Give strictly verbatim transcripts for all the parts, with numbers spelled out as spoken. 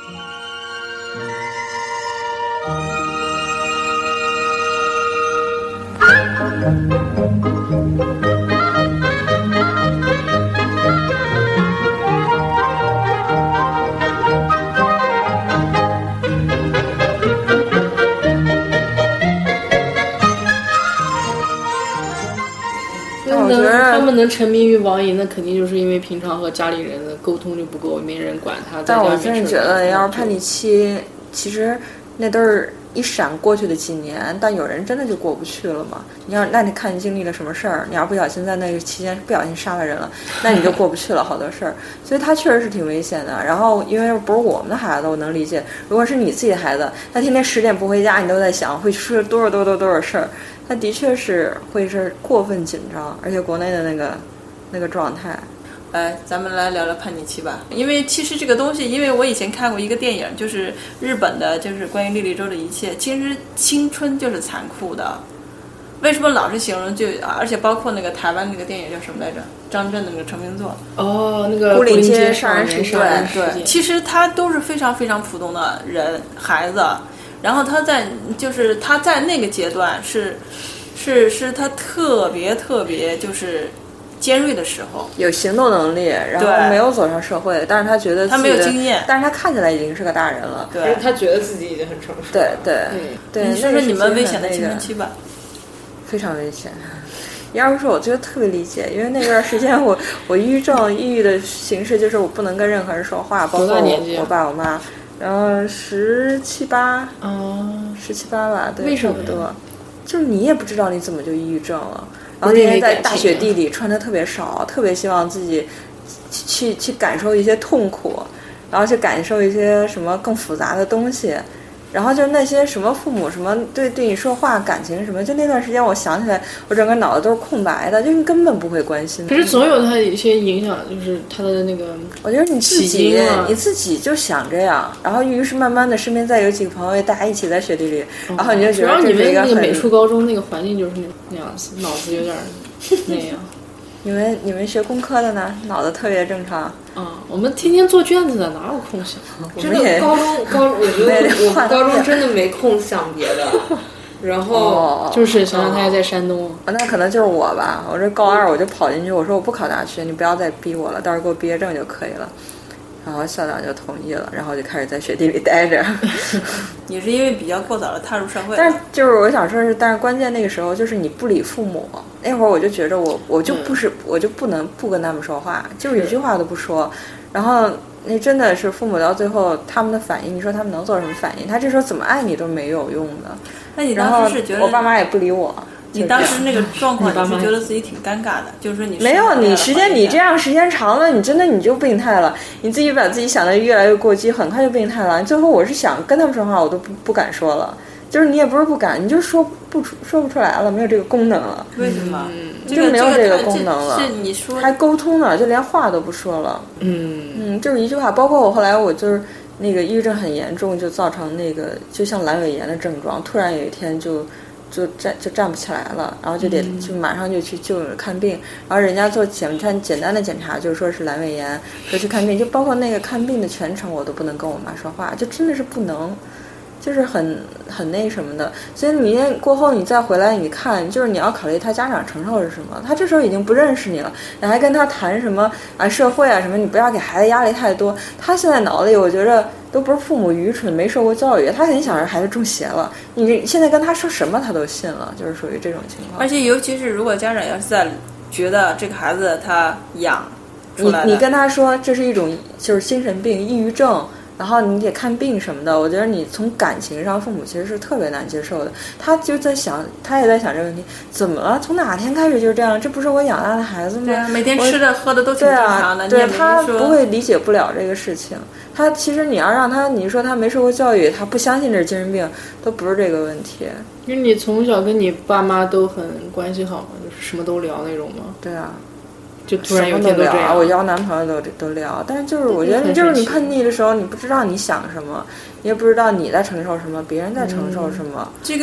他们能沉迷于网瘾，那肯定就是因为平常和家里人的沟通就不够，没人管他。 但我真的觉得，要是叛逆期，其实那都是一闪过去的几年，但有人真的就过不去了嘛。你要，那你看你经历了什么事儿？你要不小心在那个期间不小心杀了人了，那你就过不去了好多事儿。所以他确实是挺危险的。然后因为不是我们的孩子，我能理解。如果是你自己的孩子，他天天十点不回家，你都在想会出多少多少多少事儿。他的确是会是过分紧张，而且国内的那个那个状态。 来，咱们来聊聊叛逆期吧。因为其实这个东西，因为我以前看过一个电影，就是日本的，就是关于莉莉周的一切。其实青春就是残酷的。为什么老是形容就，而且包括那个台湾那个电影叫什么来着？张震的那个成名作。 哦，那个牯岭街杀人事件。对对，其实他都是非常非常普通的人，孩子。然后他在就是他在那个阶段是是是他特别特别就是尖锐的时候， 有行动能力，然后没有走上社会，但是他觉得自己他没有经验， 但是他看起来已经是个大人了， 对，他觉得自己已经很成熟了。 对对对， 你说说你们危险的青春期吧。 非常危险。要是说我觉得特别理解，因为那段时间我我抑郁症抑郁的形式就是我不能跟任何人说话，包括我我爸我妈。然后十七八， 哦， 十七八吧，对， 为什么差不多。就是你也不知道你怎么就抑郁症了，然后天天在大雪地里穿的特别少，特别希望自己去去感受一些痛苦，然后去感受一些什么更复杂的东西。然后就那些什么父母什么对对你说话感情什么，就那段时间我想起来，我整个脑子都是空白的，就你根本不会关心。 可是总有他一些影响，就是他的那个， 我觉得你自己你自己就想这样，然后于是慢慢的身边再有几个朋友，大家一起在雪地里，然后你就觉得这是一个很。主要你们那个美术高中那个环境就是那样子，脑子有点那样。 你们你们学工科的呢，脑子特别正常。 嗯，我们天天做卷子的，哪有空想？ 真的，高中高，我觉得我们高中真的没空想别的。然后、 哦、 就是想想他还在山东、 哦，那可能就是我吧。我这高二我就跑进去，我说我不考大学，你不要再逼我了，到时候给我毕业证就可以了。然后校长就同意了，然后就开始在雪地里待着。 你是因为比较过早的踏入社会， 但是就是我想说是，但是关键那个时候就是你不理父母，那会儿我就觉着我我就不是、嗯、我就不能不跟他们说话，就是一句话都不说。然后那真的是父母到最后他们的反应，你说他们能做什么反应？他这时候怎么爱你都没有用的。 那你当时是觉得我爸妈也不理我。 你当时那个状况，你是觉得自己挺尴尬的，就是说你没有你时间，你这样时间长了，你真的你就病态了，你自己把自己想的越来越过激，很快就病态了。最后我是想跟他们说话，我都不不敢说了，就是你也不是不敢，你就说不出说不出来了，没有这个功能了。 为什么？ 嗯，就没有这个功能了。 是你说还沟通呢，就连话都不说了。 嗯嗯，就是一句话。包括我后来我就是那个抑郁症很严重，就造成那个就像阑尾炎的症状，突然有一天就。就站就站不起来了，然后就得就马上就去就看病，然后人家做检查简单的检查，就是说是阑尾炎，说去看病，就包括那个看病的全程我都不能跟我妈说话，就真的是不能，就是很很那什么的。所以你过后你再回来你看，就是你要考虑他家长承受是什么，他这时候已经不认识你了，你还跟他谈什么啊社会啊什么，你不要给孩子压力太多。他现在脑子里我觉着都不是父母愚蠢没受过教育，他很想让孩子中邪了，你现在跟他说什么他都信了，就是属于这种情况。 而且尤其是如果家长要是在觉得这个孩子他养出来的， 你你跟他说这是一种就是精神病抑郁症，然后你得看病什么的，我觉得你从感情上父母其实是特别难接受的。他就在想，他也在想这个问题，怎么了？从哪天开始就是这样？这不是我养大的孩子吗？ 对啊，每天吃的喝的都挺正常的。 对啊，对，他不会理解不了这个事情。他其实你要让他，你说他没受过教育，他不相信这是精神病，都不是这个问题。 因为你从小跟你爸妈都很关系好嘛，就是什么都聊那种嘛。 对啊。 就突然有天都这样，我邀男朋友都都聊，但是就是我觉得，就是你叛逆的时候，你不知道你想什么，你也不知道你在承受什么，别人在承受什么。 嗯、这个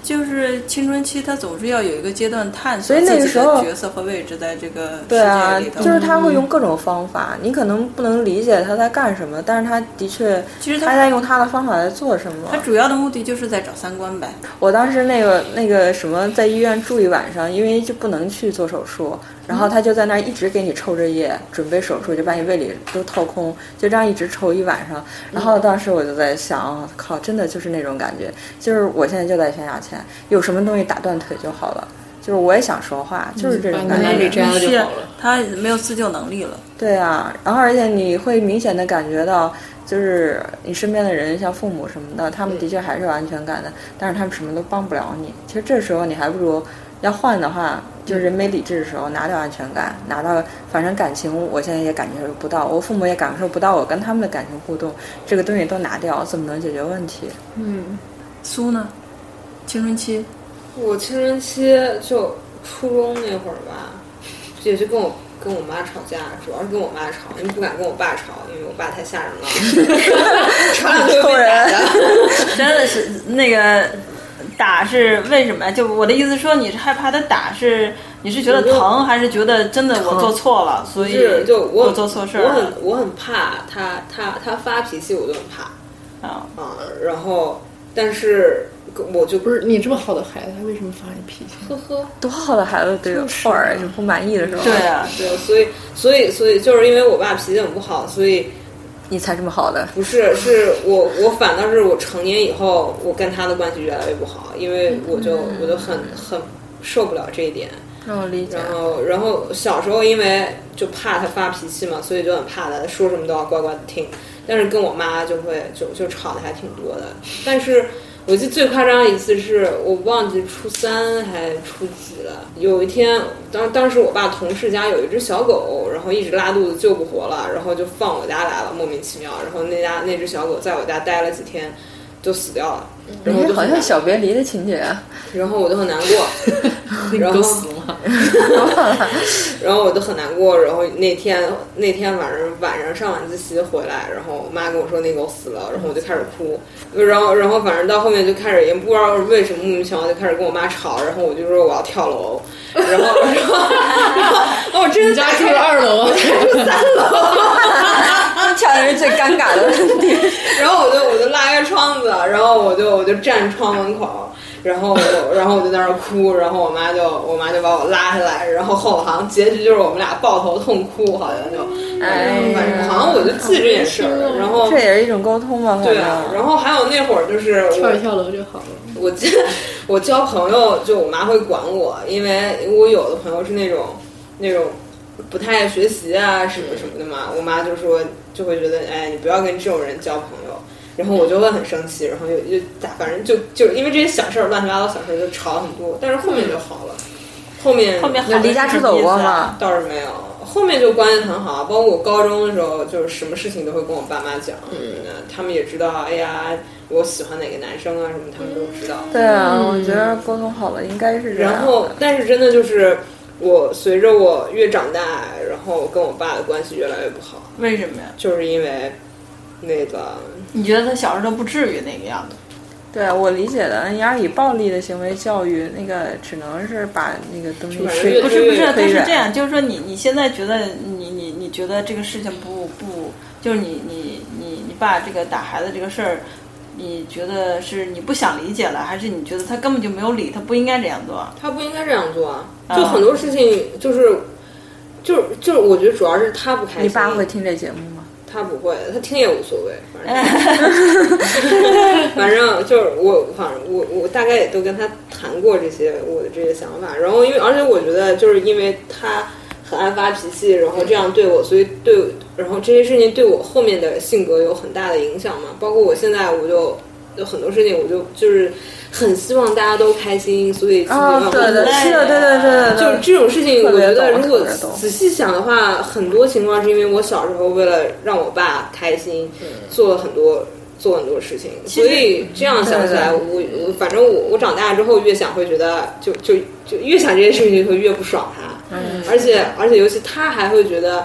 就是青春期，他总是要有一个阶段探索所以那个时候自己的角色和位置在这个世对啊界里头。 就是他会用各种方法、嗯、你可能不能理解他在干什么，但是他的确其实他他在用他的方法来做什么。 他主要的目的就是在找三观呗。 我当时那个那个什么在医院住一晚上，因为就不能去做手术，然后他就在那儿一直给你抽着液准备手术，就把你胃里都掏空，就这样一直抽一晚上。然后当时我就在想，靠，真的就是那种感觉，就是我现在就在悬崖前，有什么东西打断腿就好了，就是我也想说话，就是这种感觉。 是他没有自救能力了。 对啊，然后而且你会明显的感觉到，就是你身边的人，像父母什么的，他们的确还是有安全感的，但是他们什么都帮不了你。其实这时候你还不如要换的话，就是人没理智的时候拿掉安全感，拿到反正感情我现在也感觉不到，我父母也感受不到我跟他们的感情互动，这个东西都拿掉，怎么能解决问题？ 嗯， 苏呢？青春期， 我青春期就初中那会儿吧，也是跟我跟我妈吵架，主要是跟我妈吵，因为不敢跟我爸吵，因为我爸太吓人了，吵两句就被打的。 真的是那个打是为什么？就我的意思说，你是害怕他打是你是觉得疼，还是觉得真的我做错了，所以就我我做错事儿了？我很我很怕他他他发脾气，我就很怕啊啊，然后但是。我就不是你这么好的孩子，他为什么发你脾气？ 呵呵， 多好的孩子都有偶尔就不满意的时候。 对啊， 对，所以所以所以就是因为我爸脾气很不好，所以你才这么好的。 不是，是我我反倒是我成年以后，我跟他的关系越来越不好，因为我就、嗯、我就很很受不了这一点。 让我理解。 然后然后小时候因为就怕他发脾气嘛，所以就很怕他，说什么都要乖乖的听。但是跟我妈就会就就吵的还挺多的，但是。我记得最夸张的一次是我忘记初三还初几了。有一天，当当时我爸同事家有一只小狗，然后一直拉肚子救不活了，然后就放我家来了，莫名其妙。然后那家那只小狗在我家待了几天，就死掉了。然后就好像小别离的情节啊。 然后我就很难过， 然后死了。 然后我就很难过。然后那天那天晚上晚上上晚自习回来，然后我妈跟我说那狗死了，然后我就开始哭。然后然后反正到后面就开始也不知道为什么莫名其妙就开始跟我妈吵，然后我就说我要跳楼。然后然后然后哦，我真的家住二楼， 住三楼， 跳的是最尴尬的问题。 然后我就我就拉开窗子，然后我就我就站窗门口。然后我，然后我就在那儿哭，然后我妈就我妈就把我拉下来，然后后好像结局就是我们俩抱头痛哭，好像就，哎，反正好像我就记这件事儿。然后这也是一种沟通嘛， 对啊。然后还有那会儿就是跳一跳楼就好了。 我记得我交朋友，就我妈会管我，因为我有的朋友是那种那种不太爱学习啊什么什么的嘛，我妈就说就会觉得，哎，你不要跟这种人交朋友。然后我就会很生气，然后就就打，反正就就因为这些小事儿，乱七八糟小事儿就吵很多，但是后面就好了。后面后面离家出走过吗？ 倒是没有，后面就关系很好，包括我高中的时候，就是什么事情都会跟我爸妈讲，嗯，他们也知道，哎呀，我喜欢哪个男生啊什么，他们都知道。 对啊，我觉得沟通好了应该是这样。 然后，但是真的就是我随着我越长大，然后跟我爸的关系越来越不好。 为什么呀？ 就是因为那个。 你觉得他小时候不至于那个样子？ 对啊，我理解的，你要以暴力的行为教育，那个只能是把那个东西推不是不是，他是这样，就是说你你现在觉得你你你觉得这个事情不不，就是你你你你爸这个打孩子这个事儿，你觉得是你不想理解了，还是你觉得他根本就没有理，他不应该这样做？ 他不应该这样做啊！就很多事情就是，就是就是，我觉得主要是他不开心。 你爸会听这节目吗？ 他不会，他听也无所谓，反正反正就是我，反正我我大概也都跟他谈过这些我的这些想法，然后因为而且我觉得就是因为他很爱发脾气，然后这样对我，所以对，然后这些事情对我后面的性格有很大的影响嘛，包括我现在我就有很多事情我就就是很希望大家都开心，所以啊，对对是的，对对对， 就是这种事情，我觉得如果仔细想的话，很多情况是因为我小时候为了让我爸开心，做了很多做很多事情，所以这样想起来，我我反正我我长大之后越想会觉得，就就就越想这些事情就会越不爽他，而且而且尤其他还会觉得。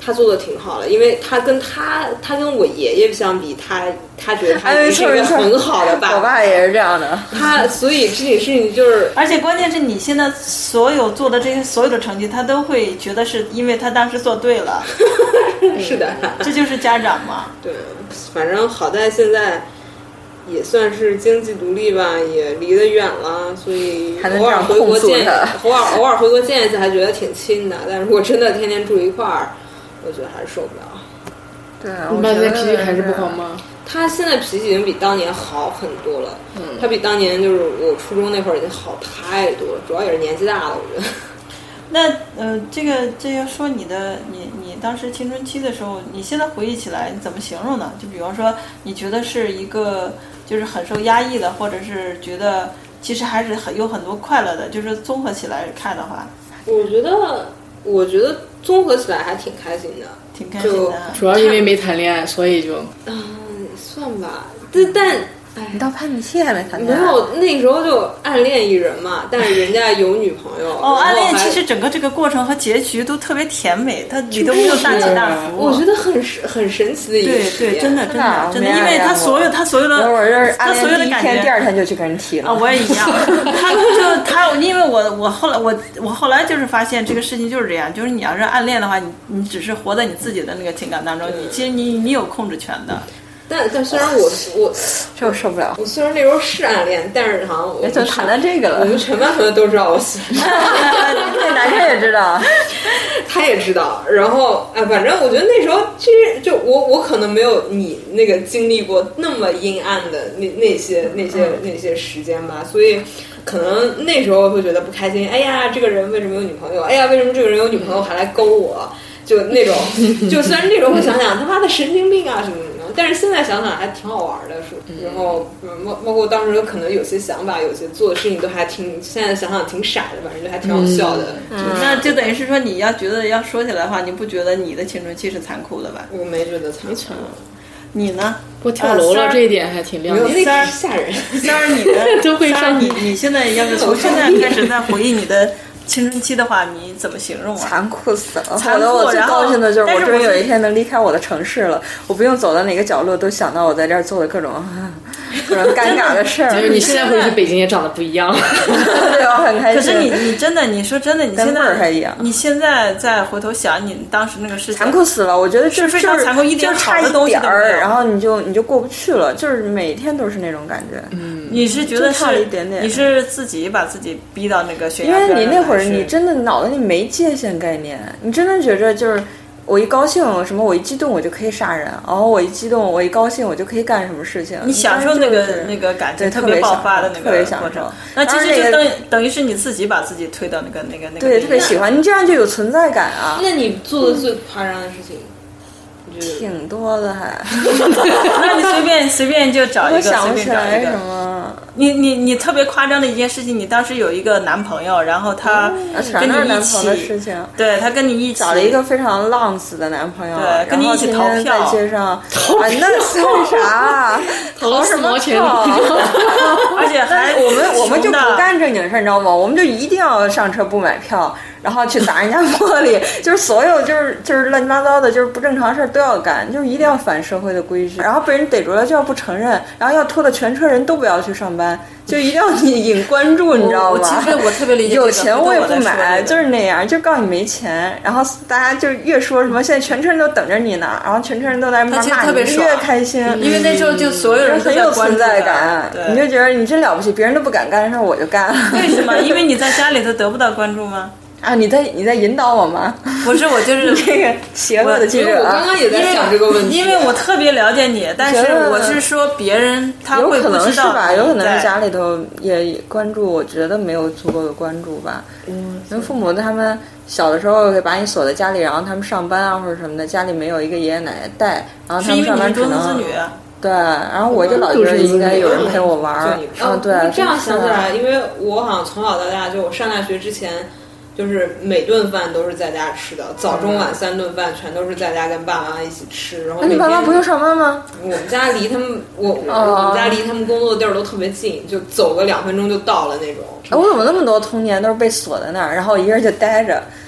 他做的挺好的，因为他跟他他跟我爷爷相比，他他觉得他是一个很好的爸爸。 我爸也是这样的。 他所以这件事情就是， 而且关键是你现在所有做的这些所有的成绩，他都会觉得是因为他当时做对了。 是的， 这就是家长嘛。 对，反正好在现在也算是经济独立吧，也离得远了，所以偶尔回国见，偶尔偶尔回国见一次，还觉得挺亲的。但如果真的天天住一块儿，我觉得还是受不了。 对， 你爸现在脾气还是不好吗？ 他现在脾气已经比当年好很多了。嗯，他比当年就是我初中那会儿已经好太多了，主要也是年纪大了，我觉得。 那呃，这个这要说你的你你当时青春期的时候，你现在回忆起来，你怎么形容呢？就比方说，你觉得是一个就是很受压抑的，或者是觉得其实还是很有很多快乐的，就是综合起来看的话， 我觉得我觉得综合起来还挺开心的， 挺开心的。 主要因为没谈恋爱，所以就嗯，算吧。但但。 你到叛逆期还没谈恋爱？ 没有，那时候就暗恋一人嘛，但是人家有女朋友。 哦，暗恋其实整个这个过程和结局都特别甜美，它你都没有大起大伏。 我觉得很很神奇的一个对对，真的真的真的，因为他所有他所有的他所有的感觉， 第二天就去跟人提了。 啊，我也一样。他就他，因为我我后来我我后来就是发现这个事情就是这样，就是你要是暗恋的话，你你只是活在你自己的那个情感当中，你其实你你有控制权的。 但但虽然我我这我受不了， 我虽然那时候是暗恋，但是好像我就谈到这个了。 我们全班同学都知道我喜欢他， 那男生也知道， 他也知道。然后啊，反正我觉得那时候其实就我我可能没有你那个经历过那么阴暗的那那些那些那些时间吧，所以可能那时候会觉得不开心。哎呀，这个人为什么有女朋友？哎呀，为什么这个人有女朋友还来勾我？就那种，就虽然这种会想想他妈的神经病啊什么什么。但是现在想想还挺好玩的，是，然后包包括当时可能有些想法，有些做的事情都还挺，现在想想挺傻的，反正就还挺好笑的。 嗯嗯、那就等于是说，你要觉得要说起来的话，你不觉得你的青春期是残酷的吧？ 我没觉得残酷。 你呢？ 我跳楼了，这一点还挺亮的。 三儿吓人， 三儿你的都会上你。你现在要是从现在开始再回忆你的青春期的话，你怎么形容啊？ 残酷死了！ 残酷。 我最高兴的就是我终于有一天能离开我的城市了， 我不用走到哪个角落都想到我在这儿做的各种各种尴尬的事儿。 就是你现在回去北京也长得不一样， 对，我很开心。 可是你你真的你说真的，你现在还一样。 你现在再回头想你当时那个事情， 残酷死了！我觉得是非常残酷，一点好的东西都没有， 然后你就你就过不去了，就是每天都是那种感觉。 嗯，你是觉得是一点点， 你是自己把自己逼到那个悬崖边，因为你那会儿你真的脑子里没界限概念，你真的觉着就是我一高兴什么，我一激动我就可以杀人，然后我一激动我一高兴我就可以干什么事情。 你享受那个、就是、那个感觉特别爆发的那个过程，那其实就等于、那个、等于是你自己把自己推到那个那个那个。 对，特别喜欢，你这样就有存在感啊。 那你做的最夸张的事情？ 挺多的还， 那你随便随便就找一个， 我想不起来什么。 你你你特别夸张的一件事情，你当时有一个男朋友，然后他跟你一起， 的事情对他跟你一起找了一个非常浪子的男朋友， 对，跟你一起逃票， 在街上，逃啊，那算啥？ 逃什么票？ 而且还我们我们就不干正经事，你知道吗？我们就一定要上车不买票。然后去砸人家玻璃，就是所有就是就是乱七八糟的，就是不正常事儿都要干，就是一定要反社会的规矩。然后被人逮住了就要不承认，然后要拖的全车人都不要去上班，就一定要你引关注，你知道吗？ 其实我特别理解， 有钱我也不买，就是那样，就告诉你没钱。然后大家就越说什么现在全车人都等着你呢，然后全车人都在骂骂你，越开心， 因为那时候就所有人很有存在感，你就觉得你真了不起，别人都不敢干的事我就干。 为什么？因为你在家里头得不到关注吗？ 啊，你在你在引导我吗？ 不是，我就是这个邪恶的记者。 我刚刚也在想这个问题， 因为我特别了解你，但是我是说别人他会不知道。 有可能是吧，有可能是家里头也关注，我觉得没有足够的关注吧。嗯，因为父母他们小的时候会把你锁在家里，然后他们上班啊或者什么的，家里没有一个爷爷奶奶带，然后他们上班只能。 是因为你是独生子女。 对，然后我就老觉得应该有人陪我玩儿。 嗯， 对。 这样想起来，因为我好像从小到大，就我上大学之前。就是每顿饭都是在家吃的，早中晚三顿饭全都是在家跟爸妈一起吃。然后那你爸妈不用上班吗？ 我们家离他们，我、哦、我们家离他们工作的地儿都特别近，就走个两分钟就到了那种。 哎，我怎么那么多童年都是被锁在那儿，然后一个人就待着，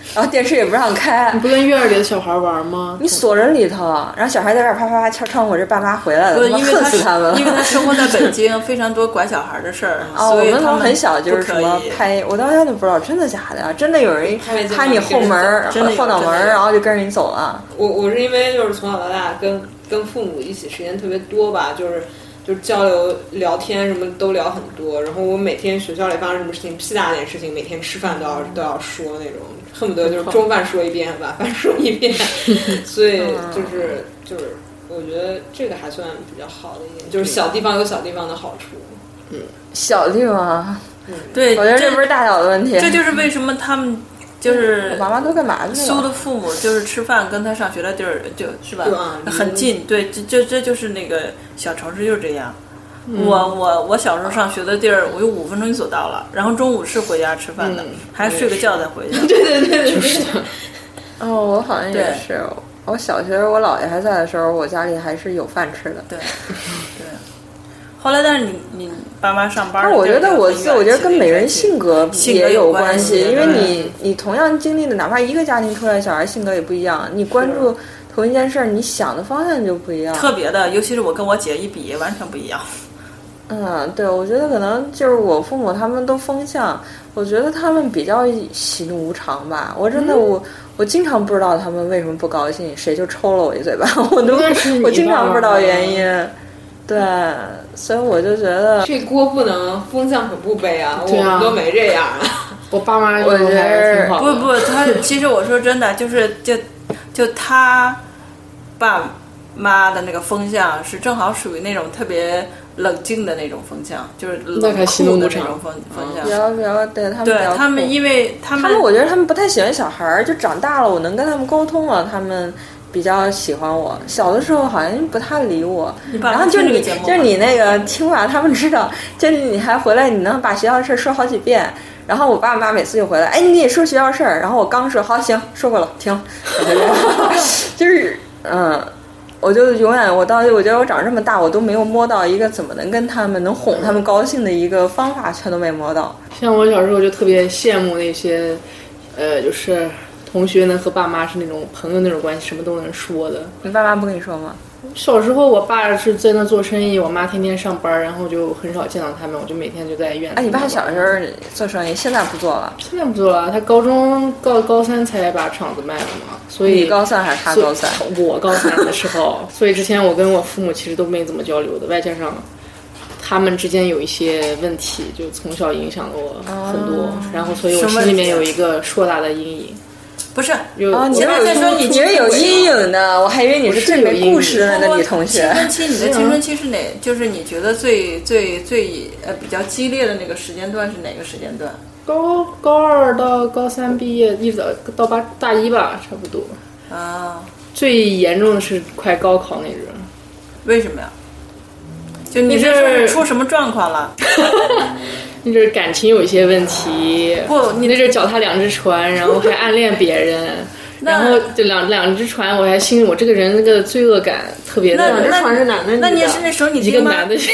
然后电视也不让开。 你不跟院儿里的小孩玩吗？ 你锁人里头，然后小孩在这儿啪啪啪敲窗户，这爸妈回来了， 因为恨死他们了。 因为他生活在北京，非常多拐小孩的事儿。 哦， 所以我们从很小就是不可以什么拍，我到现在都不知道真的假的，真的有人拍你后门、后脑门，然后就跟着你走了。 我我是因为就是从小到大跟跟父母一起时间特别多吧，就是就是交流聊天什么都聊很多，然后我每天学校里发生什么事情，屁大点事情，每天吃饭都要都要说那种，恨不得就是中饭说一遍，晚饭说一遍，所以就是就是我觉得这个还算比较好的一点，就是小地方有小地方的好处。 嗯，小地方， 嗯，对， 我觉得这不是大小的问题， 这就是为什么他们。就是我妈妈都干嘛去了？ 苏的父母就是吃饭跟他上学的地儿就是吧，很近。对，这这这就是那个小城市就是这样。嗯、我我我小时候上学的地儿，我有五分钟就走到了，然后中午是回家吃饭的，嗯、还睡个觉再回家。 对对对对对。 哦，我好像也是。我小学我姥爷还在的时候，我家里还是有饭吃的。 对，对。后来，但是你你爸妈上班， 但我觉得我我觉得跟每人性格也有关系，因为你你同样经历的，哪怕一个家庭出来的小孩性格也不一样，你关注同一件事，你想的方向就不一样。 特别的，尤其是我跟我姐一比，完全不一样。 嗯，对，我觉得可能就是我父母他们都风向，我觉得他们比较喜怒无常吧。我真的、嗯、我我经常不知道他们为什么不高兴，谁就抽了我一嘴巴，我都我经常不知道原因。对，所以我就觉得这锅不能风向可不背啊， 对啊我们都没这样啊。 我爸妈我觉得不不，他其实我说真的，就是就就他爸妈的那个风向是正好属于那种特别冷静的那种风向，就是冷酷的那种风风向。 比较比较对他们对他们，因为他们他们我觉得他们不太喜欢小孩儿，就长大了我能跟他们沟通了，他们。比较喜欢我，小的时候好像不太理我。然后就你就是你那个听话，他们知道，就是你还回来，你能把学校的事说好几遍。然后我爸妈每次就回来，哎，你也说学校事儿。然后我刚说好行，说过了，停。就是嗯，我就永远我到我觉得我长这么大，我都没有摸到一个怎么能跟他们能哄他们高兴的一个方法，全都没摸到。 像我小时候就特别羡慕那些，呃，就是。同学呢和爸妈是那种朋友那种关系，什么都能说的。 你爸妈不跟你说吗？ 小时候我爸是在那做生意，我妈天天上班，然后就很少见到他们，我就每天就在院子。 哎，你爸小时候做生意，现在不做了？ 现在不做了，他高中高高三才把厂子卖了嘛，所以你高三还是他高三？ 我高三的时候，所以之前我跟我父母其实都没怎么交流的，外加上他们之间有一些问题，就从小影响了我很多，哦、然后所以我心里面有一个硕大的阴影。 不是， 哦， 你现在在说你你是有阴影的，我还以为你是最没故事的那个女同学。 青春期，你的青春期是哪？就是你觉得最最最呃比较激烈的那个时间段是哪个时间段？ 高高二到高三毕业，一直到到八大一吧，差不多。 啊， 最严重的是快高考那阵。 为什么呀？就你这是出什么状况了？ 那阵感情有一些问题， 不， 你那阵脚踏两只船，然后还暗恋别人，然后就两两只船，我还心里我这个人那个罪恶感特别大。两只船是男的女的？ 那你是那时候你一个男的，一个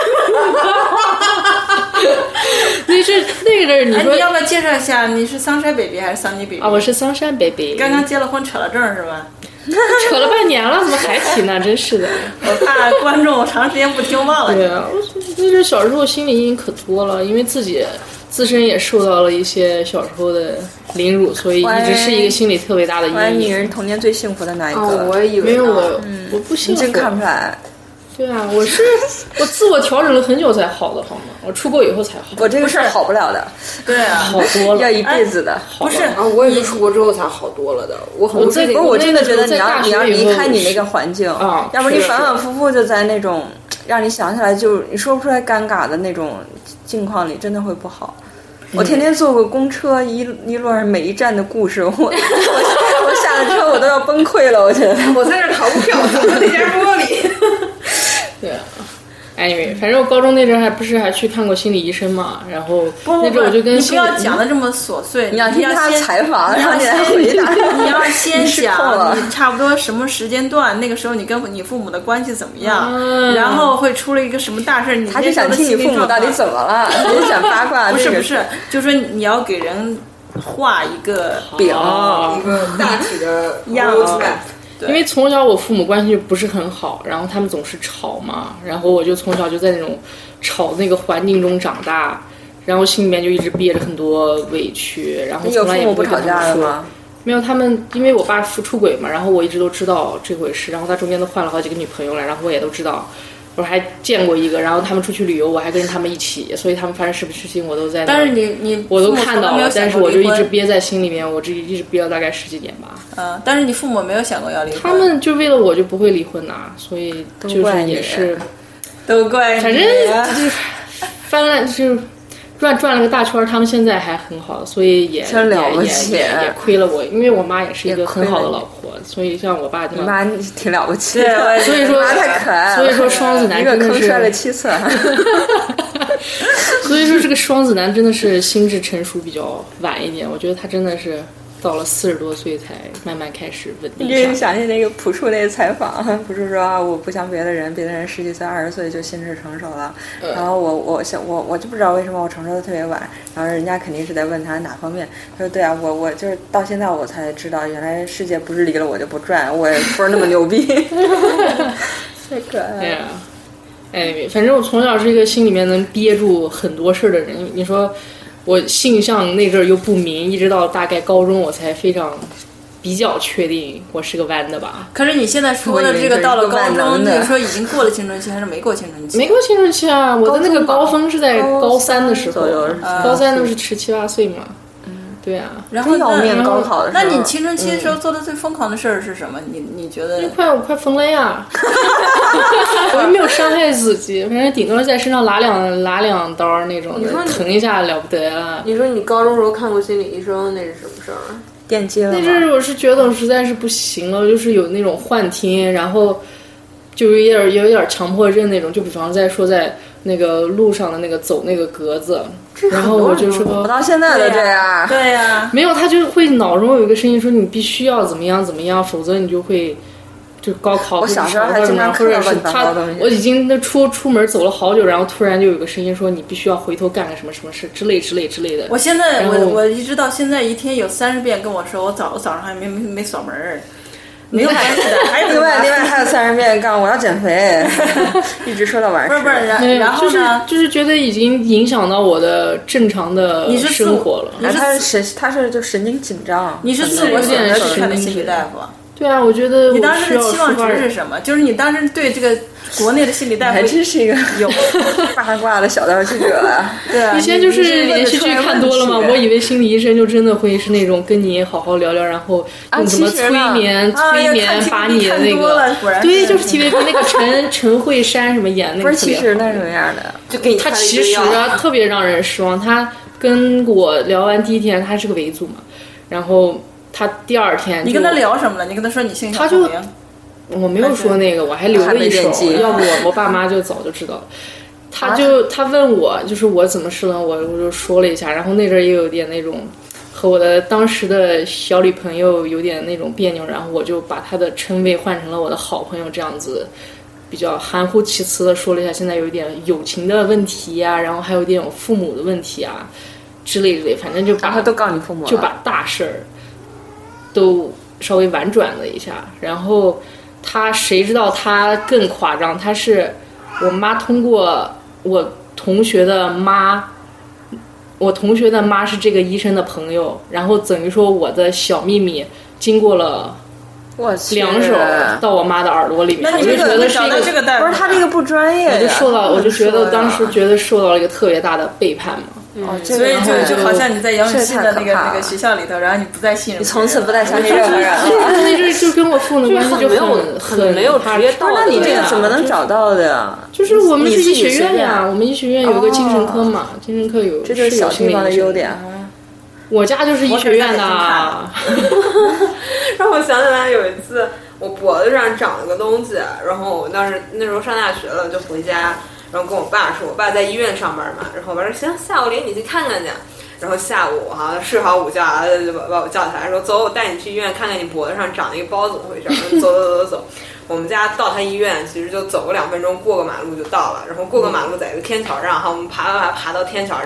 那是那个阵你说、 哎、你要不要介绍一下你是 Sunshine Baby 还是 Sunny Baby 啊？我是 Sunshine Baby， 刚刚结了婚扯了证是吧？ 扯了半年了，怎么还提呢？真是的， 我怕观众长时间不听忘了。 对啊，那是小时候心理阴影可多了，因为自己自身也受到了一些小时候的凌辱，所以一直是一个心理特别大的阴影。 你是童年最幸福的那一个， 哦、我也以为没有我，嗯、我不幸福， 真看不出来。 对啊，我是我自我调整了很久才好的，好吗？我出国以后才好。 我这个事儿好不了的。 对啊， 好多了， 要一辈子的。 哎、不是啊，我也是出国之后才好多了的。我很我在， 不是我真的觉得你要你要离开你那个环境啊， 要不你反反复复就在那种让你想起来就你说不出来尴尬的那种境况里，真的会不好。我天天坐过公车，一一路上每一站的故事，我我我下了车我都要崩溃了，我觉得。 我在这逃不票，走到那家玻璃。 对啊。anyway， 反正我高中那阵还不是还去看过心理医生嘛，然后那阵我就跟你不要讲的这么琐碎， 你要听他采访， 你要先回答， 你要先讲你差不多什么时间段，那个时候你跟你父母的关系怎么样， 嗯、 然后会出了一个什么大事，你他就想听你父母到底怎么了，你就想八卦。 不是不是，就说你要给人画一个饼， 一个大体的样子。 因为从小我父母关系就不是很好，然后他们总是吵嘛，然后我就从小就在那种吵的那个环境中长大，然后心里面就一直憋着很多委屈，然后从来也不会跟他们说。没有，他们因为我爸出轨嘛，然后我一直都知道这回事，然后他中间都换了好几个女朋友了，然后我也都知道，我还见过一个，然后他们出去旅游，我还跟着他们一起，所以他们发生什么事情我都在那， 但是你你我都看到了，但是我就一直憋在心里面，我这一直憋了大概十几年吧。 嗯，但是你父母没有想过要离婚？ 他们就为了我就不会离婚呐、啊，所以就是也是， 都怪你， 反正就是翻了就是转转了个大圈，他们现在还很好，所以也真了不起， 也 也, 也亏了我，因为我妈也是一个很好的老婆，所以像我爸， 你妈挺了不起的， 所以说妈太可爱了， 所以说双子男真的是一个坑摔了七次， 所以说这个双子男真的是心智成熟比较晚一点，我觉得他真的是。到了四十多岁才慢慢开始稳定下来。 你就想起那个朴树那个采访，不是说我不像别的人，别的人十几岁、二十岁就心智成熟了，嗯、然后我我想我我就不知道为什么我成熟的特别晚，然后人家肯定是在问他哪方面，他说对啊，我我就是到现在我才知道，原来世界不是离了我就不转，我也不是那么牛逼，太可爱了。 对啊，哎，反正我从小是一个心里面能憋住很多事的人，你说。我性向那阵儿又不明，一直到大概高中我才非常比较确定我是个弯的吧。 可是你现在说的这个到了高中，你说已经过了青春期还是没过青春期？ 没过青春期啊，我的那个高峰是在高三的时候，高三都是十七八岁嘛。对啊， 然后要面高考的时候， 那你青春期的时候做的最疯狂的事儿是什么？嗯、你你觉得？ 快我快疯了呀！我又没有伤害自己，反正顶多在身上拉两拉两刀那种的，疼一下了不得了。 你说你高中时候看过心理医生，那是什么事儿？ 电击了吗？ 那阵我是觉得我实在是不行了，就是有那种幻听，然后就有点有点强迫症那种，就比方在说在那个路上的那个走那个格子。然后我就说， 我到现在都这样。 对呀、啊， 没有，他就会脑中有一个声音说你必须要怎么样怎么样，否则你就会就高考我小时候还经常或者是他，我已经那出出门走了好久，然后突然就有个声音说你必须要回头干个什么什么事之类之类之类的。 我现在我我一直到现在一天有三十遍跟我说，我早我早上还没没没锁门儿。没有关系的，还有另外另外还有三十遍杠我要减肥，一直说到晚上。 不是不是，然然后呢，就是就是觉得已经影响到我的正常的生活了。 你是他是神，他是就神经紧张。 你是自我选择去看的心理大夫。 对啊，我觉得你当时的期望值是什么？就是你当时对这个国内的心理大夫还真是一个有八卦的小道记者啊。 对啊， 以前就是连续剧看多了嘛，我以为心理医生就真的会是那种跟你好好聊聊，然后用什么催眠、 啊、 催眠把你的那个，对，就是 T V B 那个陈陈慧珊什么演那个， 不是，其实那什么样的， 就给你他其实啊特别让人失望。他跟我聊完第一天，他是个维族嘛，然后。他第二天， 你跟他聊什么了？你跟他说你姓小透明，我没有说那个，我还留了一手，要不我我爸妈就早就知道了。他就他问我，就是我怎么试了，我我就说了一下，然后那阵也有点那种和我的当时的小女朋友有点那种别扭，然后我就把他的称谓换成了我的好朋友，这样子比较含糊其辞的说了一下，现在有一点友情的问题呀、啊，然后还有一点有父母的问题啊之类之类，反正就把他都告你父母了， 就把大事儿。都稍微婉转了一下，然后他谁知道他更夸张，他是我妈通过我同学的妈，我同学的妈是这个医生的朋友，然后等于说我的小秘密经过了两手到我妈的耳朵里面， 我就觉得是一个不是他这个不专业， 我就受到，我就觉得当时觉得受到了一个特别大的背叛嘛。 哦， 所以就就好像你在杨永信的那个那个学校里头，然后你不再信任， 你从此不再相信任何人了。 那阵就跟我父母关系就很很没有职业道德。 那你这个怎么能找到的呀？ 就是我们是医学院呀，我们医学院有个精神科嘛，精神科有这就是小地方的优点啊。 我家就是医学院的。 让我想起来有一次，我脖子上长了个东西，然后我当时那时候上大学了，就回家。然后跟我爸说，我爸在医院上班嘛，然后我爸说行，下午领你去看看去。然后下午好像睡好午觉，就把把我叫起来说，走，我带你去医院看看你脖子上长了一个包怎么回事。走走走走走，我们家到他医院其实就走个两分钟，过个马路就到了。然后过个马路在一个天桥上，哈，我们爬爬爬爬到天桥上，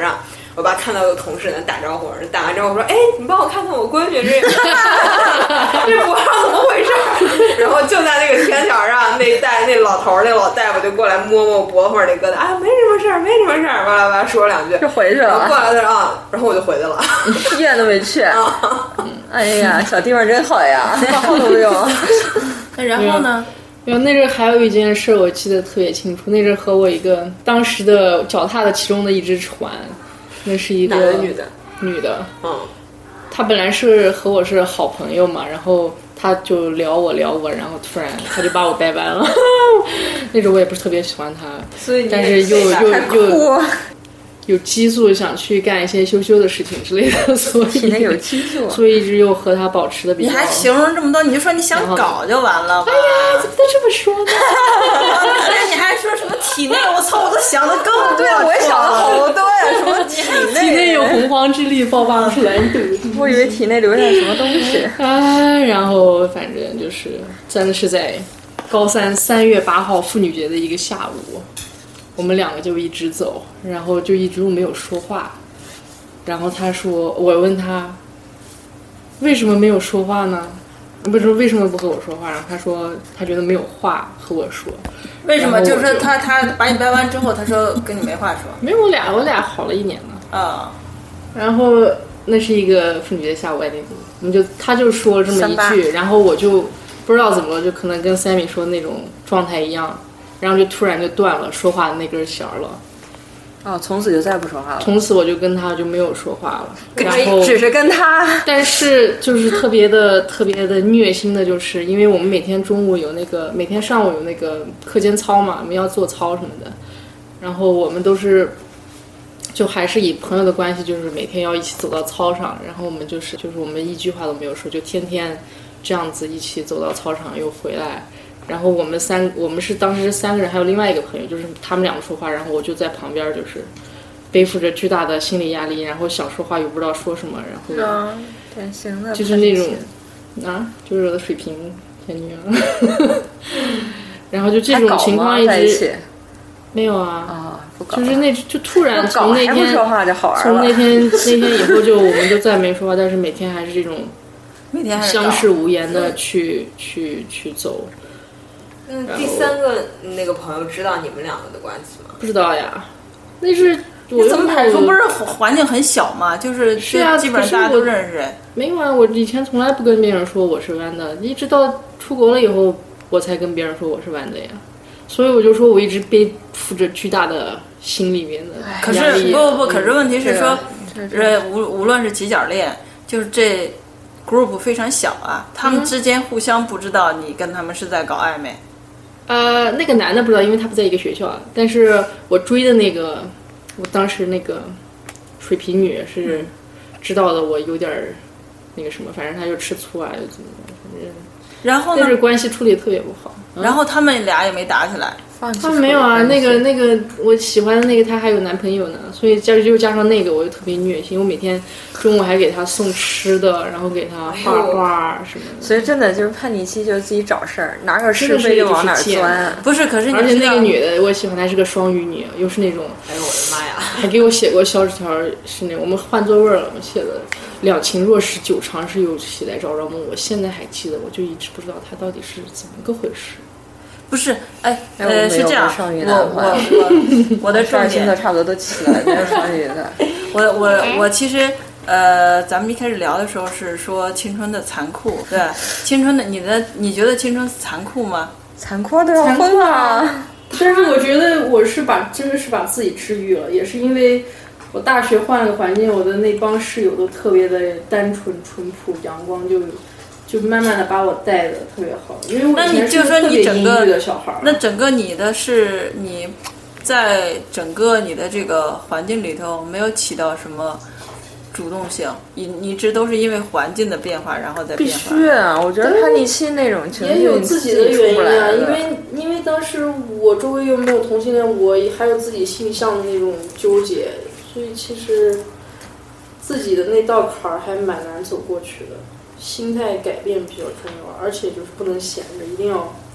我爸看到有同事在打招呼，打完招呼说：“哎，你帮我看看我闺女这这脖上怎么回事？”然后就在那个天桥上，那带那老头那老大夫就过来摸摸我脖子或者那疙瘩，啊，没什么事儿，没什么事儿，巴拉巴拉说了两句就回去了。 然后过来的啊，然后我就回去了， 医院都没去。哎呀，小地方真好呀，报号都不用。 那然后呢？ 然后那阵还有一件事我记得特别清楚，那阵和我一个当时的脚踏的其中的一只船，那是一个男的女的女的， 嗯， 她本来是和我是好朋友嘛，然后她就聊我聊我，然后突然她就把我掰弯了，那种我也不是特别喜欢她， 所以但是又又又有激素想去干一些羞羞的事情之类的，所以体内有激素， 所以一直又和她保持的比较。 你还形容这么多，你就说你想搞就完了吧？ 哎呀，怎么能这么说呢？ 哎，你还说什么体内？我操，我都想的更多。 对，我也想了好多呀，什么体内体内有洪荒之力，爆发出来的。 我以为体内留下什么东西。 啊，然后反正就是真的是在高三三月八号妇女节的一个下午。我们两个就一直走，然后就一直没有说话。然后他说，我问他为什么没有说话呢？不是为什么不和我说话？然后他说他觉得没有话和我说。 为什么？就是他他把你掰弯之后，他说跟你没话说。 没有，我俩我俩好了一年了啊。 然后那是一个妇女节下午外地，我们就他就说了这么一句，然后我就不知道怎么了，就可能跟三米说的那种状态一样。然后就突然就断了说话的那根弦了， 哦，从此就再不说话了。 从此我就跟他就没有说话了，然后只是跟他。 但是就是特别的特别的虐心的，就是因为我们每天中午有那个，每天上午有那个课间操嘛，我们要做操什么的，然后我们都是就还是以朋友的关系，就是每天要一起走到操场，然后我们就是就是我们一句话都没有说，就天天这样子一起走到操场又回来。然后我们三，我们是当时是三个人，还有另外一个朋友，就是他们两个说话，然后我就在旁边，就是背负着巨大的心理压力，然后想说话又不知道说什么，然后典型的就是那种啊，就是我的水平天女啊，然后就这种情况一直没有啊， 啊，不搞， 就是那就突然从那天说话就好玩了， 从那天那天以后就我们就再没说话，但是每天还是这种每天相视无言的去去去走。 嗯，第三个那个朋友知道你们两个的关系吗？ 不知道呀，那是我怎么排除？不是环境很小嘛，就是是啊， 基本上大家都认识。 没有啊，我以前从来不跟别人说我是弯的，一直到出国了以后，我才跟别人说我是弯的呀。所以我就说我一直背负着巨大的心里面的可是不不不，可是问题是说，呃，无无论是几角恋，就是这 group 非常小啊，他们之间互相不知道你跟他们是在搞暧昧。 呃，那个男的不知道，因为他不在一个学校。但是我追的那个，我当时那个水瓶女是知道的，我有点那个什么，反正他就吃醋啊，又怎么的，反正。 然后呢？ 但是关系处理特别不好。 嗯、然后他们俩也没打起来。 他们没有啊，那个那个我喜欢的那个他还有男朋友呢，所以加又加上那个我就特别虐心，我每天中午还给他送吃的，然后给他画画什么的。 所以真的就是叛逆期，就是自己找事儿，哪有是非就往哪钻。 不是，可是你而且那个女的我喜欢，她是个双鱼女，又是那种， 哎呦我的妈呀， 还给我写过小纸条，是那我们换座位了，我们写的两情若是久长，是有喜来朝朝梦，我现在还记得，我就一直不知道她到底是怎么个回事。 不是，哎，呃，是这样，我我我我的重点差不多都齐了，没有双鱼的。 我我我其实呃，咱们一开始聊的时候是说青春的残酷，对，青春的你的你觉得青春残酷吗？ 残酷都要昏了。 但是我觉得我是把真的是把自己治愈了，也是因为我大学换了个环境，我的那帮室友都特别的单纯、淳朴、阳光，就。就慢慢的把我带的特别好，因为我以前是特别阴郁的小孩。 那整个你的是你在整个你的这个环境里头没有起到什么主动性，你你一直都是因为环境的变化然后再变化。 必须啊，我觉得叛逆期那种情绪也有自己的原因啊，因为因为当时我周围又没有同性恋，我还有自己性向的那种纠结，所以其实自己的那道坎儿还蛮难走过去的。心态改变比较重要，而且就是不能闲着，一定要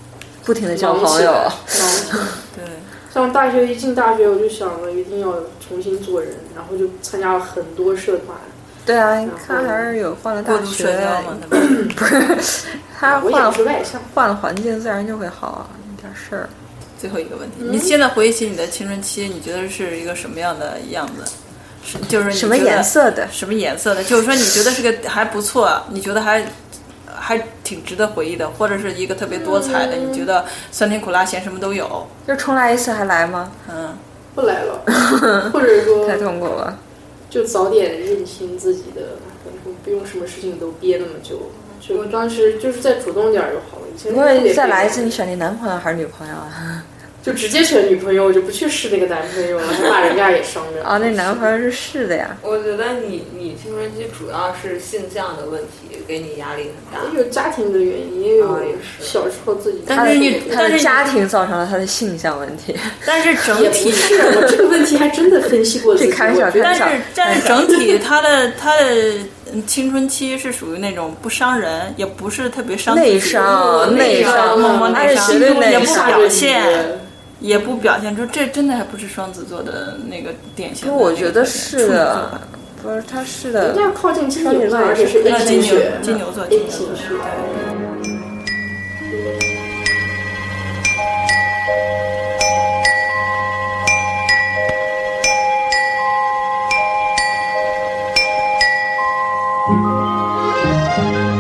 不停的交朋友。 对， 像大学一进大学，我就想着一定要重新做人，然后就参加了很多社团。 对啊，你看还是有换了大学， 嘛， 不是他换了外向， 换了环境，自然就会好一点事儿。 最后一个问题，嗯、你现在回忆起你的青春期，你觉得是一个什么样的样子？是就是什么颜色的？ 什么颜色的？就是说你觉得是个还不错，你觉得还还挺值得回忆的，或者是一个特别多彩的，嗯、你觉得酸甜苦辣咸什么都有？ 就重来一次还来吗？ 嗯， 不来了，或者说太痛苦了。 就早点认清自己的，不用什么事情都憋那么久。就我当时就是再主动点就好了。以前因为再来一次，你选你男朋友还是女朋友啊？ 就直接选女朋友，我就不去试那个男朋友了，还把人家也伤着。 哦，那男朋友是试的呀。 我觉得你你青春期主要是性向的问题，给你压力很大。 也有家庭的原因，也有小时候自己。 但是你他的家庭造成了他的性向问题。 但是整体是我这个问题还真的分析过自己。 看小但是但是整体他的他的青春期是属于那种不伤人，也不是特别伤内伤，内伤， 默默内伤，也不表现。也不表现出，这真的还不是双子座的那个典型的那个。 我觉得是的，不是他是的。 人家靠近金牛座，而且是 A 型血， 金牛座， A 型血。 嗯